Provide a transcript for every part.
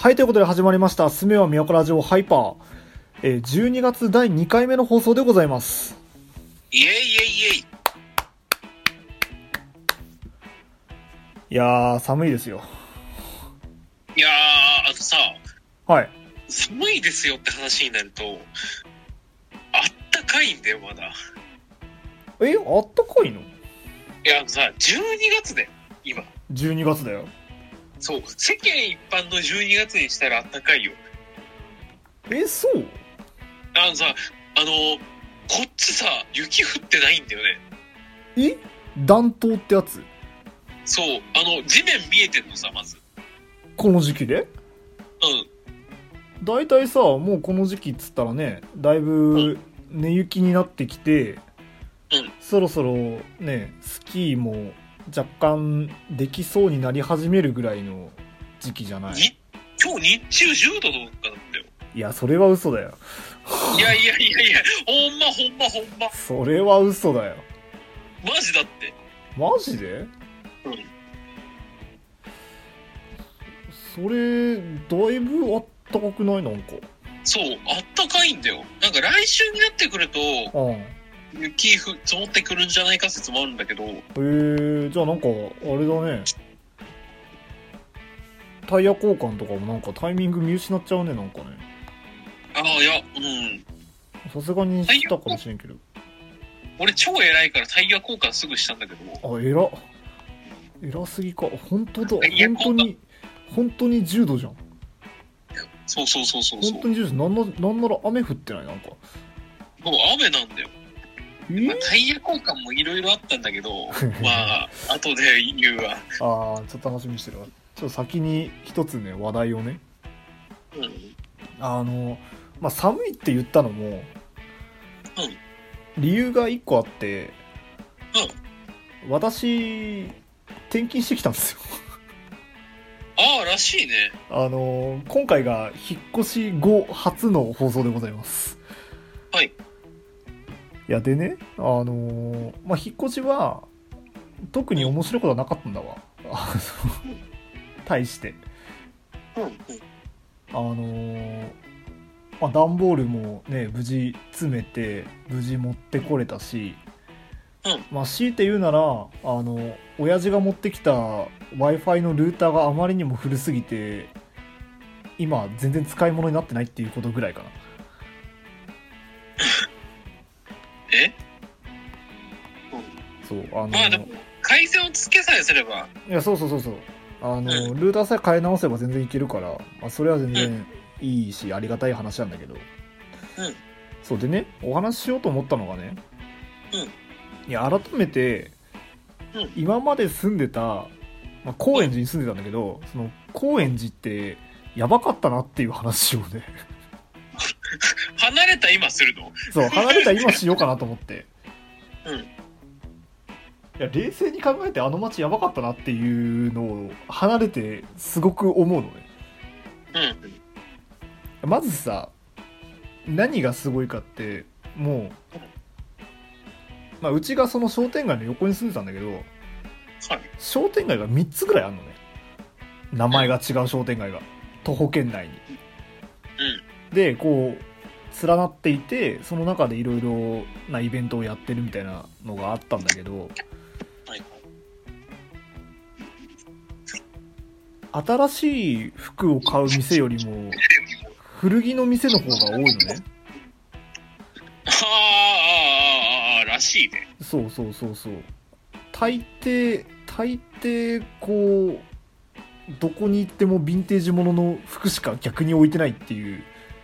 はい、ということで始まりました。すめは都ラジオハイパー。12月第2回目の放送でございます。 イエイイエイイエイ。 いやー、寒いですよ。 いやー、あとさ、 はい。 寒いですよって話になると、あったかいんだよ、まだ。 あったかいの？ いや、さ、12月で、今。 12月だよ。 そう、世間一般の12月にしたらあったかいよ。 そう？ さ、こっちさ、雪降ってないんだよね。 暖冬ってやつ？ そう、地面見えてんのさ、まず。 この時期で？だいたいさ、もうこの時期っつったらね、だいぶ寝雪になってきて、そろそろね、スキーも若干できそうになり始めるぐらいの時期じゃない？ 今日日中10度とかだったよ。 いや、それは嘘だよ。 いや、ほんま。 それは嘘だよ。 マジだって。 マジで？それ、だいぶあったかくない？なんか。 そう、あったかいんだよ。なんか来週になってくると、雪積もってくるんじゃないか説もあるんだけど。 じゃあなんか、あれだね。タイヤ交換とかもなんかタイミング見失っちゃうね、なんかね。 いや、 さすがにしたかもしれんけど。 俺超偉いからタイヤ交換すぐしたんだけど。 偉すぎか。本当だ。本当に10度じゃん。 そう。 本当に10度。なんなら雨降ってない？なんか。 もう雨なんだよ。タイヤ交換もいろいろあったんだけど、まあ、後で言うわ。 ちょっと楽しみにしてるわ。ちょっと先に一つね、話題をね。寒いって言ったのも、理由が一個あって、私、転勤してきたんですよ。 らしいね。 今回が引っ越し後初の放送でございます。 はい。 いや、でね、引っ越しは、特に面白いことはなかったんだわ。対して。段ボールもね、無事詰めて、無事持ってこれたし、強いて言うなら、親父が持ってきた Wi-Fi のルーターがあまりにも古すぎて、今全然使い物になってないっていうことぐらいかな。そう、 まあでも、回線をつけさえすれば。 いや、そう。ルーターさえ変え直せば全然いけるから、それは全然いいし、ありがたい話なんだけど。そうでね、お話ししようと思ったのがね、いや、改めて、今まで住んでた、高円寺に住んでたんだけど、その、高円寺って、やばかったなっていう話をね。 離れた今するの？ そう、離れた今しようかなと思って。いや、冷静に考えてあの街やばかったなっていうのを離れてすごく思うのね。まずさ、何がすごいかって、もう、うちがその商店街の横に住んでたんだけど、商店街が3つぐらいあるのね。名前が違う商店街が。徒歩圏内に。で、こう、連なっていて、その中でいろいろなイベントをやってるみたいなのがあったんだけど、新しい服を買う店よりも古着の店の方が多いのね。 らしいね。 そう。大抵こうどこに行ってもヴィンテージものの服しか逆に置いてないっていう。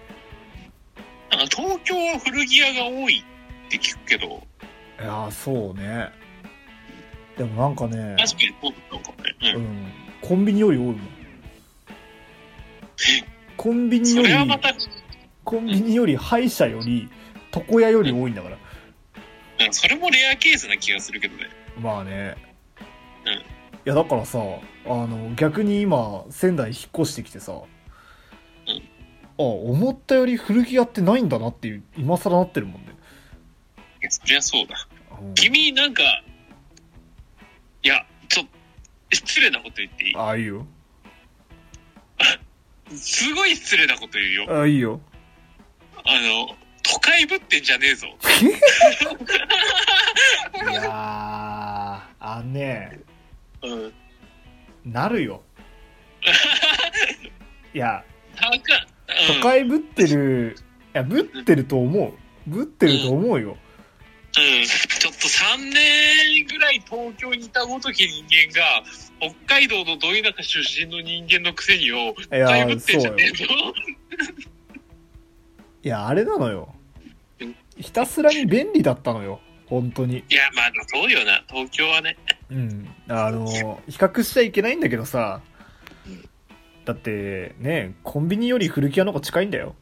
東京は古着屋が多いって聞くけど。 いや、そうね。でもなんかね。 確かにそうだったかもね。 コンビニより多いもん。コンビニより歯医者より床屋より多いんだから。 それもレアケースな気がするけどね。 まあね。いやだからさ、逆に今仙台引っ越してきてさ、思ったより古着屋ってないんだなっていう今更なってるもんね。 いや、そりゃそうだ。君なんか、いや、ちょっと失礼なこと言っていい？ いいよ。 すごい失礼なこと言うよ。 あ、いいよ。 都会ぶってんじゃねえぞ。 いやー、ねうん。 なるよ。いや、 うん、 都会ぶってる、いや、ぶってると思う。ぶってると思うよ。 うん、ちょっと3年ぐらい東京にいたごとき人間が、北海道のど田舎出身の人間のくせによ、都会ぶってんじゃねえぞ。 いや、あれなのよ。ひたすらに便利だったのよ。本当に。 いや、まあ、そうよな、東京はね。 うん。比較しちゃいけないんだけどさ。だって、ね、コンビニより古着屋の方が近いんだよ。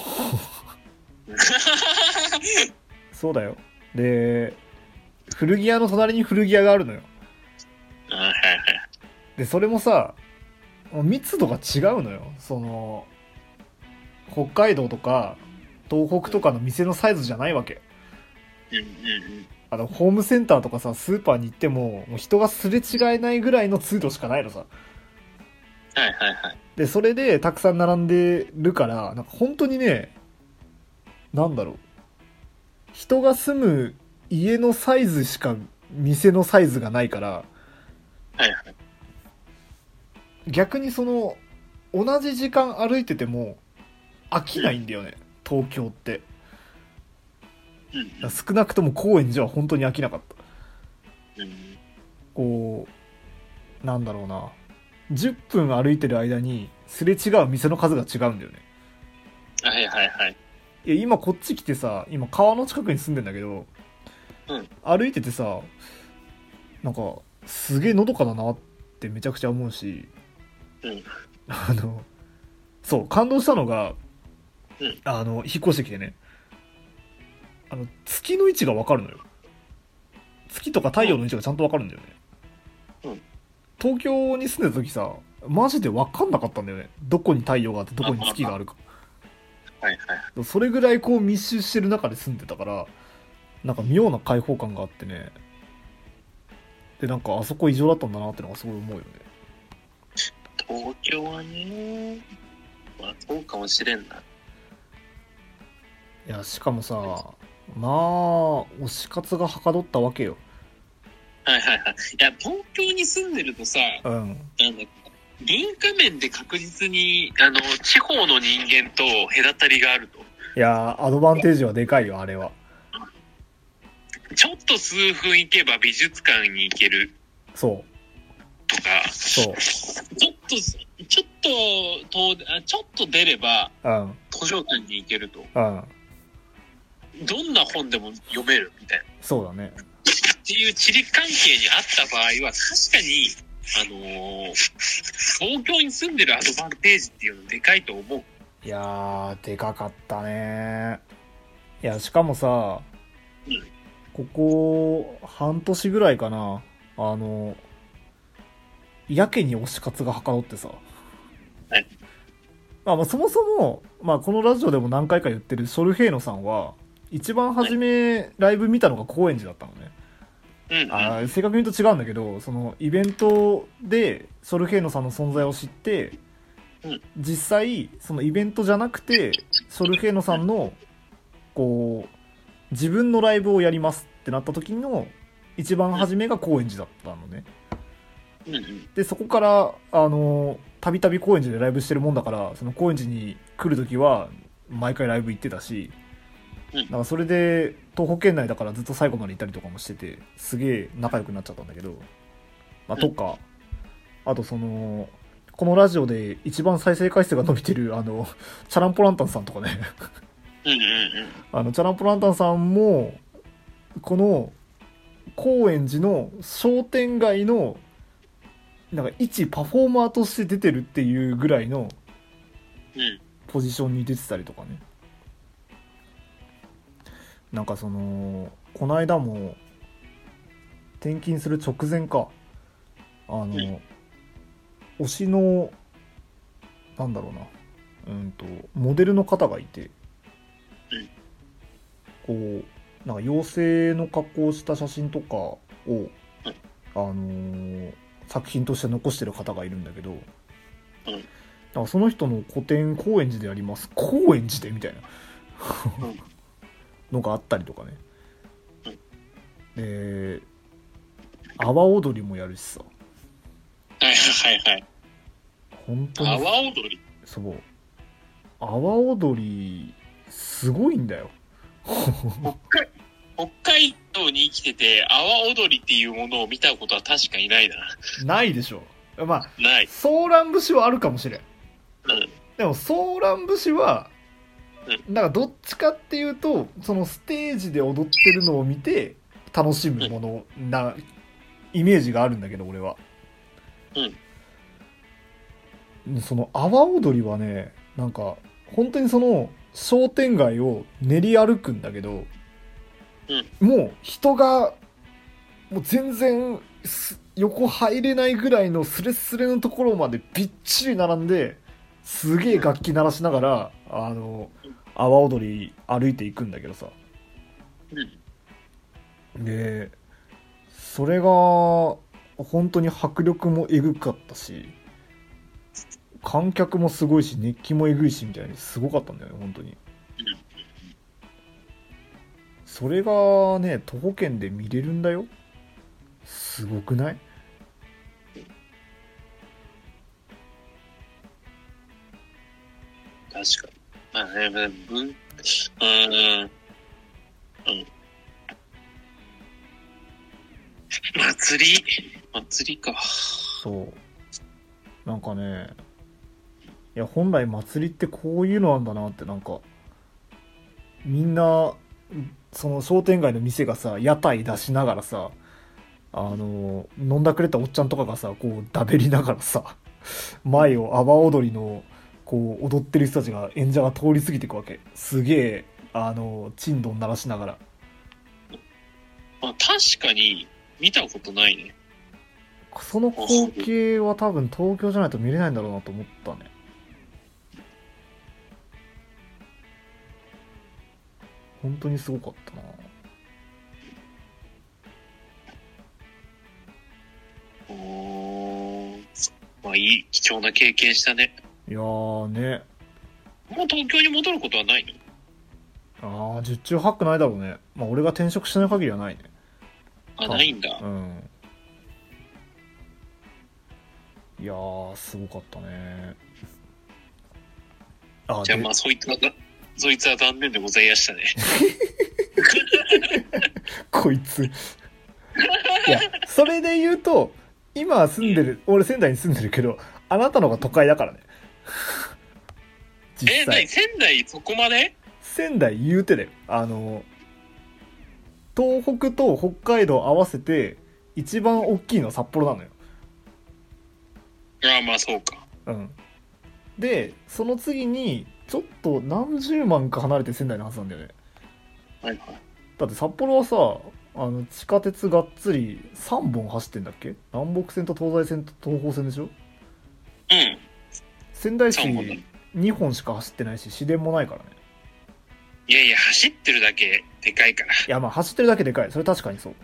そうだよ。で、古着屋の隣に古着屋があるのよ。で、それもさ、密度が違うのよ。北海道とか、東北とかの店のサイズじゃないわけ。ホームセンターとかさ、スーパーに行っても、もう人がすれ違えないぐらいの通路しかないのさ。で、それでたくさん並んでるから、なんか本当にね、なんだろう。人が住む家のサイズしか店のサイズがないから、逆に同じ時間歩いてても飽きないんだよね、東京って。少なくとも高円寺は本当に飽きなかった。こう、なんだろうな。10分歩いてる間にすれ違う店の数が違うんだよね。いや、今こっち来てさ、今川の近くに住んでんだけど、歩いててさ、なんかすげえのどかだなってめちゃくちゃ思うし、そう、感動したのが、引っ越してきてね、月の位置が分かるのよ。月とか太陽の位置がちゃんと分かるんだよね。東京に住んでた時さ、マジで分かんなかったんだよね。どこに太陽があってどこに月があるか。それぐらいこう密集してる中で住んでたから、なんか妙な開放感があってね。で、なんかあそこ異常だったんだなってのがすごい思うよね。 東京はね、まあそうかもしれんな。 いや、しかもさ、まあ推し活がはかどったわけよ。 いや、東京に住んでるとさ、文化面で確実に地方の人間と隔たりがあると。 いや、アドバンテージはでかいよ、あれは。 ちょっと数分行けば美術館に行ける。 そう。 とか。そう。ちょっと出れば、図書館に行けると。どんな本でも読めるみたいな。 そうだね。 っていう地理関係にあった場合は、確かに、東京に住んでるアドバンテージっていうのでかいと思う。 いやー、でかかったね。いや、しかもさ、ここ半年ぐらいかな、やけに推し活がはかどってさ。まあそもそも、まあこのラジオでも何回か言ってるショルヘイノさんは、一番初めライブ見たのが高円寺だったのね。正確に言うと違うんだけど、そのイベントでショルヘイノさんの存在を知って、実際そのイベントじゃなくてショルヘイノさんのこう自分のライブをやりますってなった時の一番初めが高円寺だったのね。でそこからたびたび高円寺でライブしてるもんだから、その高円寺に来る時は毎回ライブ行ってたし、だからそれで東北圏内だからずっと最後までいたりとかもしてて、すげえ仲良くなっちゃったんだけど、まあ、とかあとこのラジオで一番再生回数が伸びてるチャランポランタンさんとかねチャランポランタンさんもこの高円寺の商店街のなんか一パフォーマーとして出てるっていうぐらいのポジションに出てたりとかね。なんかこの間も転勤する直前か、推しのなんだろうな、モデルの方がいて、こうなんか妖精の格好をした写真とかを作品として残してる方がいるんだけど、 らその人の個展高円寺でやります、高円寺でみたいなのがあったりとかね。で阿波踊りもやるしさ。 はいはいはい。 本当に阿波踊り、 そう阿波踊りすごいんだよ北海道に生きてて阿波踊りっていうものを見たことは確かにないな。 ないでしょ。まあない。 ソーラン節はあるかもしれん、 うん、 でもソーラン節はなんかどっちかっていうとそのステージで踊ってるのを見て楽しむものなイメージがあるんだけど俺は、その阿波踊りはね、なんか本当にその商店街を練り歩くんだけど、もう人がもう全然横入れないぐらいのスレスレのところまでびっちり並んで、すげえ楽器鳴らしながら阿波踊り歩いていくんだけどさ、でそれが本当に迫力もえぐかったし、観客もすごいし熱気もえぐいしみたいにすごかったんだよね本当に。それがね徒歩圏で見れるんだよ。すごくない？ 確かに。まあね、祭りか。 そうなんかね、いや本来祭りってこういうのなんだなって、なんかみんなその商店街の店がさ屋台出しながらさ、飲んだくれたおっちゃんとかがさこうだべりながらさ前を阿波踊りのこう踊ってる人たちが演者が通り過ぎていくわけ。すげえチンドン鳴らしながら。 まあ確かに見たことないね。 その光景は多分東京じゃないと見れないんだろうなと思ったね。本当にすごかったな。 まあいい貴重な経験したね。 いやーね。 もう東京に戻ることはないの？十中八九ないだろうね。まあ俺が転職しない限りはないね。 ないんだ。 いやーすごかったね。 じゃあまあそいつは残念でございましたねこいついやそれで言うと今住んでる、俺仙台に住んでるけどあなたのが都会だからね実際仙台そこまで？ 仙台言うてで東北と北海道合わせて一番大きいのは札幌なのよ。 まあそうか。 でその次にちょっと何十万か離れて仙台のはずなんだよね。だって札幌はさ地下鉄がっつり3本走ってんだっけ？南北線と東西線と東方線でしょ。仙台市2本しか走ってないし市電もないからね。 いやいや走ってるだけでかいから。いやまあ走ってるだけでかい、それ確かにそう。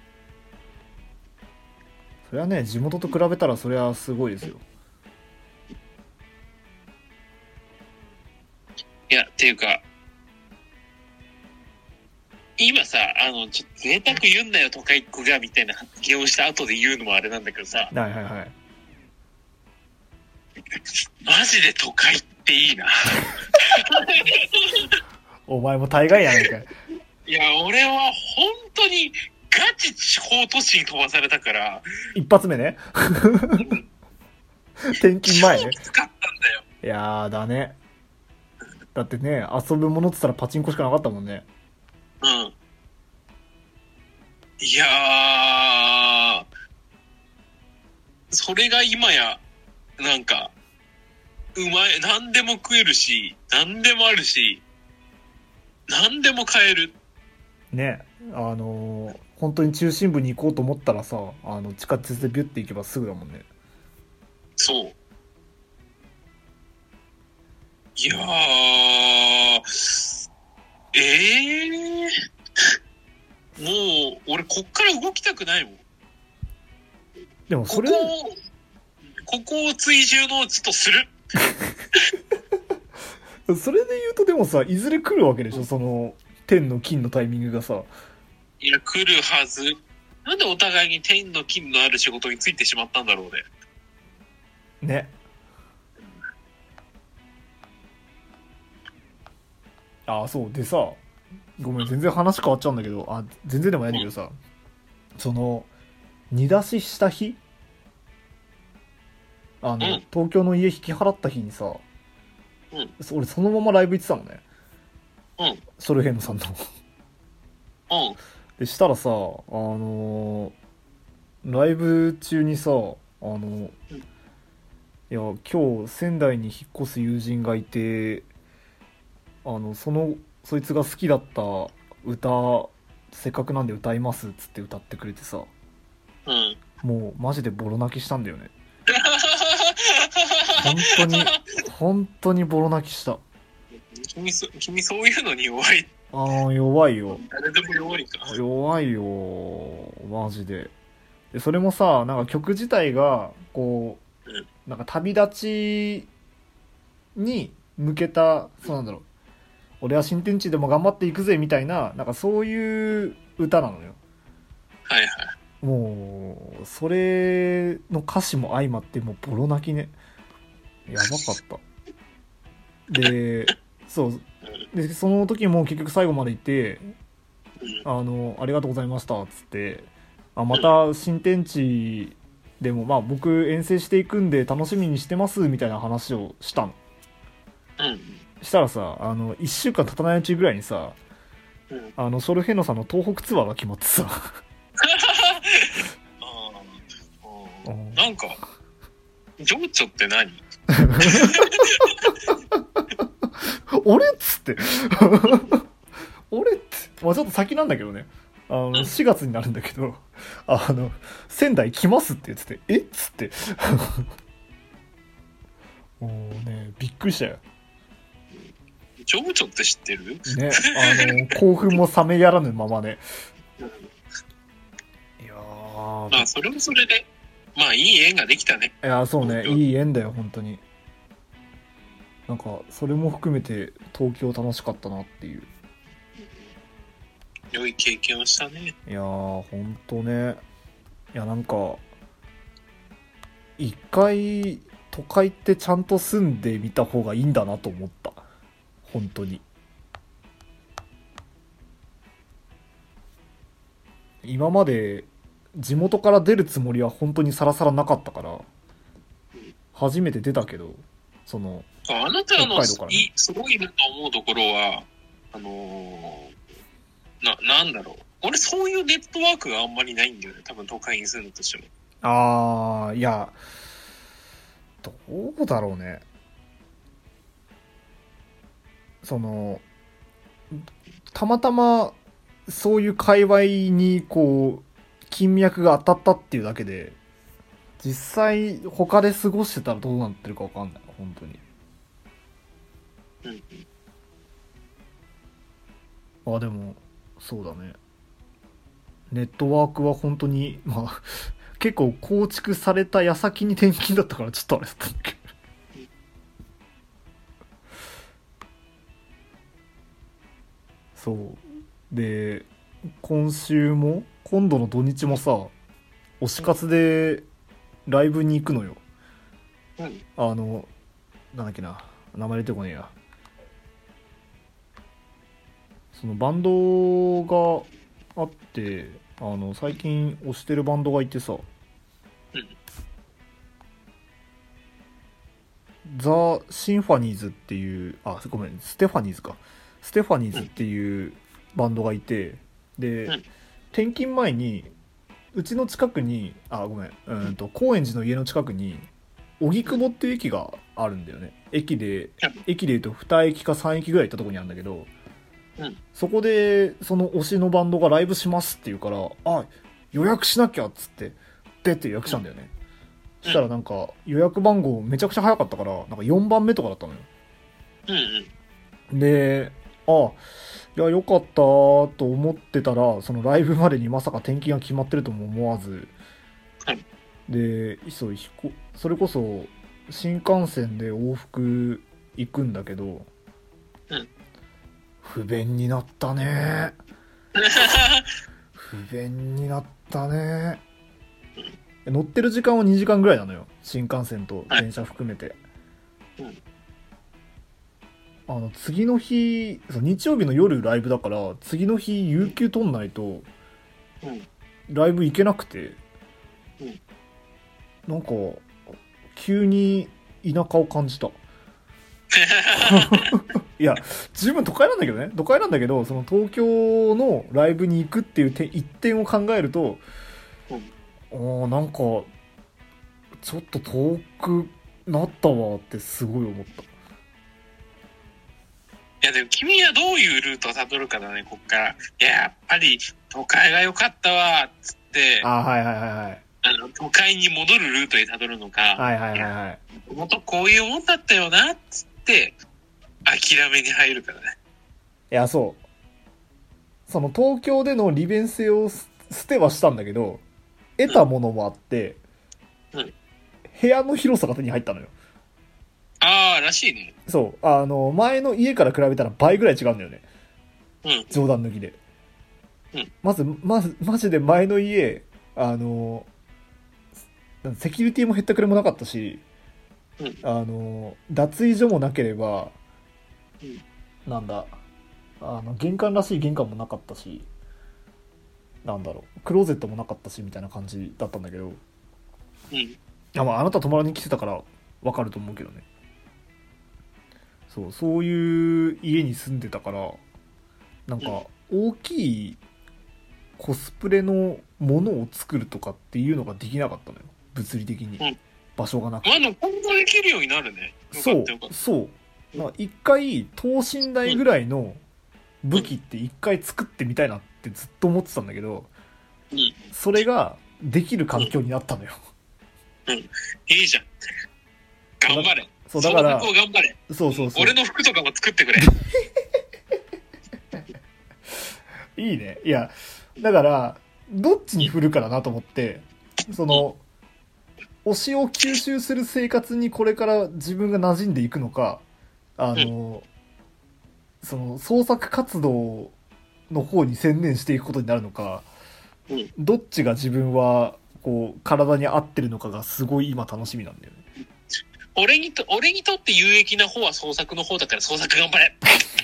それはね地元と比べたらそれはすごいですよ。 いやっていうか今さちょっと贅沢言うんだよ都会っ子がみたいな発言をした後で言うのもあれなんだけどさ、 はいはいはい、 マジで都会っていいなお前も大概やないかい。 いや俺は本当にガチ地方都市に飛ばされたから一発目ね転勤前ね。 超きつかったんだよ。 いやだね。だってね遊ぶものって言ったらパチンコしかなかったもんね。 いやーそれが今やなんか何でも食えるし何でもあるし何でも買えるね。本当に中心部に行こうと思ったらさ地下鉄でビュッて行けばすぐだもんね。 そう。いやもう俺こっから動きたくないもん。 でもそれここを追従の地とするそれで言うとでもさ、いずれ来るわけでしょ、その天の金のタイミングがさ。 いや、来るはず。なんでお互いに天の金のある仕事についてしまったんだろうね。 ね。あ、そうでさ、ごめん全然話変わっちゃうんだけど、あ、全然でもないんだけどさ、その煮出しした日、東京の家引き払った日にさ、俺そのままライブ行ってたのね。ソルヘンヌさんの。でしたらさ、ライブ中にさ、いや今日仙台に引っ越す友人がいて、そいつが好きだった歌、せっかくなんで歌いますっつって歌ってくれてさ、もうマジでボロ泣きしたんだよね。本当にボロ泣きした。 君そういうのに弱い。 弱いよ。 誰でも弱いか。 弱いよマジで。でそれもさ、なんか曲自体がこう、なんか旅立ちに向けた、そうなんだろう、俺は新天地でも頑張っていくぜみたいな、なんかそういう歌なのよ。 はいはい。 もうそれの歌詞も相まってもうボロ泣きね。やばかったで、そうで、その時も結局最後まで行って、ありがとうございましたっつって、また新天地でもまあ僕遠征していくんで楽しみにしてますみたいな話をしたの。したらさ、1週間経たないうちぐらいにさ、ソルヘノさんの東北ツアーが決まってさなんか情緒って何俺っつって俺って、まあ、ちょっと先なんだけどね、4月になるんだけど、仙台来ますって言ってて、えっつってもうね、びっくりしたよ。 情緒って知ってるね、興奮も冷めやらぬままね。いやー、 まあそれもそれでまあいい縁ができたね。 いや、そうね、いい縁だよ本当に。なんかそれも含めて東京楽しかったなっていう。 良い経験をしたね。 いやーほんとね。いや、なんか一回都会ってちゃんと住んでみた方がいいんだなと思った、本当に。今まで地元から出るつもりは本当にさらさらなかったから、初めて出たけど、そのあなたのすごいなと思うところは、なんだろう。俺そういうネットワークがあんまりないんだよね。多分都会に住むとしても。 いや、どうだろうね。その、たまたまそういう界隈にこう、金脈が当たったっていうだけで、実際他で過ごしてたらどうなってるか分かんない、本当に。でもそうだね、ネットワークは本当にまあ結構構築された矢先に転勤だったからちょっとあれだったんだけどそうで、今度の土日もさ、推し活でライブに行くのよ。なんだっけな、名前出てこねえや。そのバンドがあって、最近推してるバンドがいてさ、ザ・シンファニーズっていう、ごめん、ステファニーズか。ステファニーズっていうバンドがいて、で、転勤前に、うちの近くに、高円寺の家の近くに、荻窪っていう駅があるんだよね。駅で言うと2駅か3駅ぐらい行ったとこにあるんだけど、そこでその推しのバンドがライブしますって言うから、予約しなきゃっつってでって予約したんだよね。そしたらなんか予約番号めちゃくちゃ早かったから、なんか4番目とかだったのよ。で、いやよかったと思ってたら、そのライブまでにまさか転勤が決まってるとも思わず、でそれこそ新幹線で往復行くんだけど、 不便になったね。不便になったね。乗ってる時間は2時間ぐらいなのよ、新幹線と電車含めて。次の日、日曜日の夜ライブだから、次の日有給取んないとライブ行けなくて、なんか急に田舎を感じた。いや十分都会なんだけどね、都会なんだけど、その東京のライブに行くっていう一点を考えると、なんかちょっと遠くなったわってすごい思った。 いやでも君はどういうルートをたどるかだね、こっから。いや、やっぱり都会が良かったわっつって、都会に戻るルートにたどるのか、もっとこういうもんだったよなっつって諦めに入るからね。 いや、その東京での利便性を捨てはしたんだけど、得たものもあって、部屋の広さが手に入ったのよ。 らしいね。 そう、前の家から比べたら倍ぐらい違うんだよね。冗談抜きで。まずマジで前の家、セキュリティもへったくれもなかったし、脱衣所もなければ、玄関らしい玄関もなかったし、クローゼットもなかったしみたいな感じだったんだけど、あなた泊まりに来てたから分かると思うけどね。そういう家に住んでたから、大きいコスプレのものを作るとかっていうのができなかったのよ、物理的に。場所がなくて。 今後できるようになるね。 そう一回等身大ぐらいの武器って一回作ってみたいなってずっと思ってたんだけど、それができる環境になったのよ。 いいじゃん、頑張れ。 だから頑張れ。俺の服とかも作ってくれ。 いいね。いやだからどっちに振るかだなと思って、推しを吸収する生活にこれから自分が馴染んでいくのか、その創作活動の方に専念していくことになるのか、どっちが自分はこう体に合ってるのかがすごい今楽しみなんだよね。 俺にとって有益な方は創作の方だから創作頑張れ。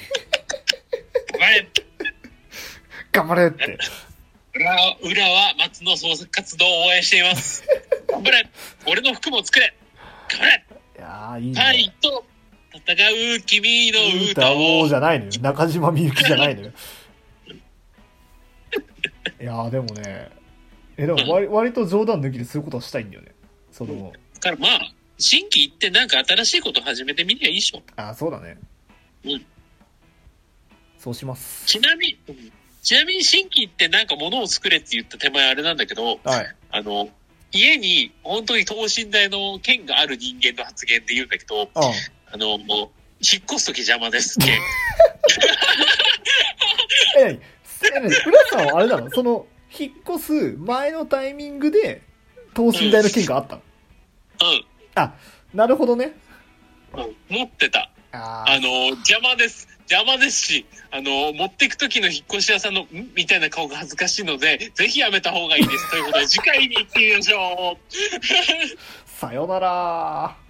頑張れって。 裏は松の創作活動を応援しています。頑張れ。俺の服も作れ。頑張れ。 いやいいね。 タイと戦う君の歌をじゃないのよ。中島みゆきじゃないのよ。いやでもね、でも割と冗談抜きでそういうことはしたいんだよね。 だから新規行ってなんか新しいこと始めてみりゃいいでしょ。 そうだね。そうします。 ちなみに新規行ってなんか物を作れって言った手前あれなんだけど、家に本当に等身大の剣がある人間の発言って言うんだけど、もう引っ越すとき邪魔です剣。 浦さんはあれなの？引っ越す前のタイミングで等身大の剣があったの？なるほどね。 持ってた。邪魔ですし、持っていく時の引っ越し屋さんのみたいな顔が恥ずかしいので、ぜひやめた方がいいです。ということで次回に行ってみましょう。 さよなら。